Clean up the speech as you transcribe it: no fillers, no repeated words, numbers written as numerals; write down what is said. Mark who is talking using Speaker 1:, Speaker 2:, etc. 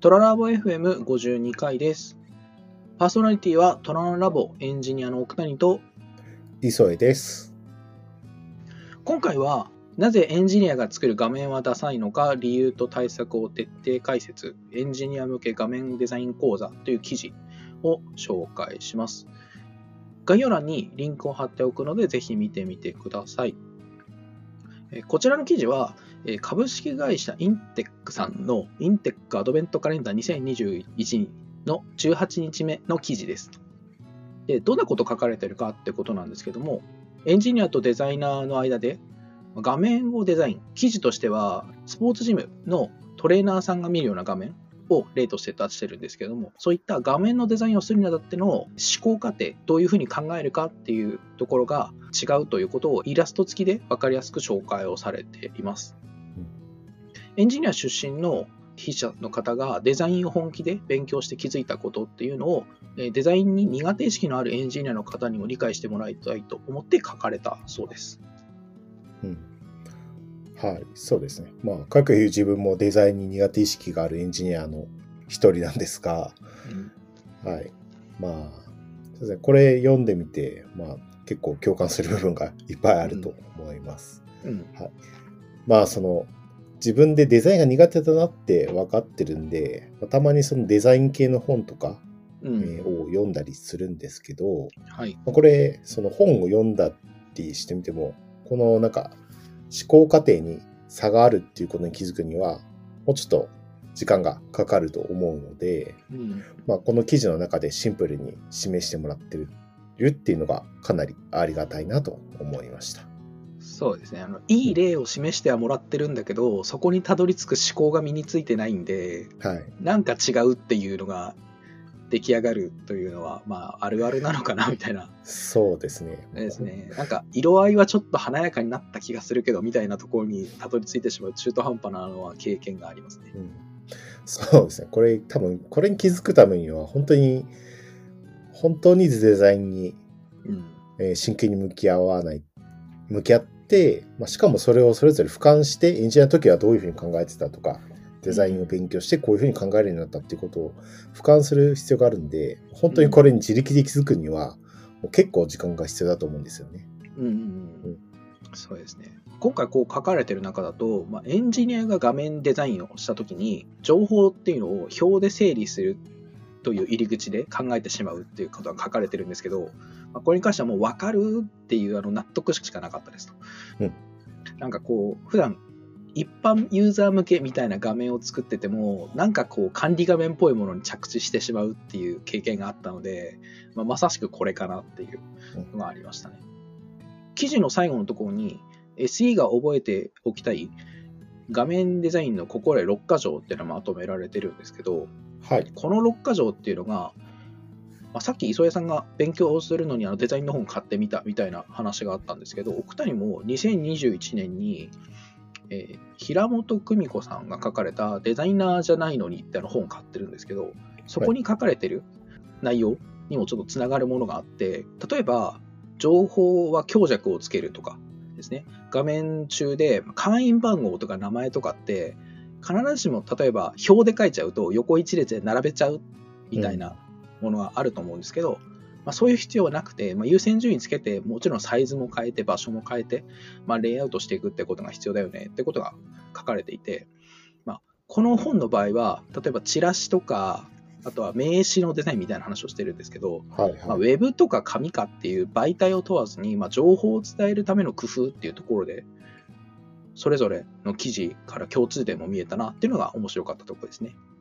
Speaker 1: トララボ FM52 回です。パーソナリティはトララボエンジニアの奥谷と
Speaker 2: 磯江です。
Speaker 1: 今回はなぜエンジニアが作る画面はダサいのか理由と対策を徹底解説、エンジニア向け画面デザイン講座という記事を紹介します。概要欄にリンクを貼っておくのでぜひ見てみてください。こちらの記事は株式会社インテックさんのインテックアドベントカレンダー2021の18日目の記事です。で、どんなこと書かれているかってことなんですけども、エンジニアとデザイナーの間で画面をデザイン、記事としてはスポーツジムのトレーナーさんが見るような画面を例として出してるんですけども、そういった画面のデザインをするにあたっての思考過程、どういうふうに考えるかっていうところが違うということをイラスト付きで分かりやすく紹介をされています。エンジニア出身の筆者の方がデザインを本気で勉強して気づいたことっていうのをデザインに苦手意識のあるエンジニアの方にも理解してもらいたいと思って書かれたそうです。
Speaker 2: はい、そうですね。かくいう自分もデザインに苦手意識があるエンジニアの一人なんですが、はい。そうですね。これ読んでみて、結構共感する部分がいっぱいあると思います。はい。自分でデザインが苦手だなって分かってるんで、たまにそのデザイン系の本とか、を読んだりするんですけど、これ、その本を読んだりしてみても、この思考過程に差があるっていうことに気づくには、もうちょっと時間がかかると思うので、この記事の中でシンプルに示してもらってるっていうのがかなりありがたいなと思いました。
Speaker 1: そうですね。いい例を示してはもらってるんだけど、そこにたどり着く思考が身についてないんで、なんか違うっていうのが出来上がるというのは、あるあるなのかなみたいな。
Speaker 2: そうですね。
Speaker 1: なんか色合いはちょっと華やかになった気がするけどみたいなところにたどり着いてしまう中途半端なのは経験がありますね。
Speaker 2: そうですね。これ多分これに気づくためには本当にデザインに、真剣に向き合って、しかもそれをそれぞれ俯瞰してエンジニアの時はどういうふうに考えてたとか、デザインを勉強してこういうふうに考えるようになったっていうことを俯瞰する必要があるんで、本当にこれに自力で気づくにはもう結構時間が必要だと思うんですよね。
Speaker 1: そうですね。今回こう書かれてる中だと、エンジニアが画面デザインをした時に情報っていうのを表で整理するという入り口で考えてしまうっていうことが書かれてるんですけど、これに関してはもう分かるっていう納得しかなかったですと。なんかこう普段一般ユーザー向けみたいな画面を作っててもなんかこう管理画面っぽいものに着地してしまうっていう経験があったので、まさしくこれかなっていうのがありましたね。記事の最後のところに SE が覚えておきたい画面デザインの心得6箇条っていうのがまとめられてるんですけど、この6箇条っていうのが、さっき磯江さんが勉強をするのにデザインの本買ってみたみたいな話があったんですけど、奥谷も2021年に、平本久美子さんが書かれたデザイナーじゃないのにって本を買ってるんですけど、そこに書かれてる内容にもちょっとつながるものがあって、例えば情報は強弱をつけるとかですね、画面中で会員番号とか名前とかって必ずしも例えば表で書いちゃうと横一列で並べちゃうみたいなものはあると思うんですけど、そういう必要はなくて、優先順位つけてもちろんサイズも変えて場所も変えて、レイアウトしていくってことが必要だよねってことが書かれていて、この本の場合は例えばチラシとかあとは名刺のデザインみたいな話をしてるんですけど、ウェブとか紙かっていう媒体を問わずに、情報を伝えるための工夫っていうところでそれぞれの記事から共通点も見えたなっていうのが面白かったところですね。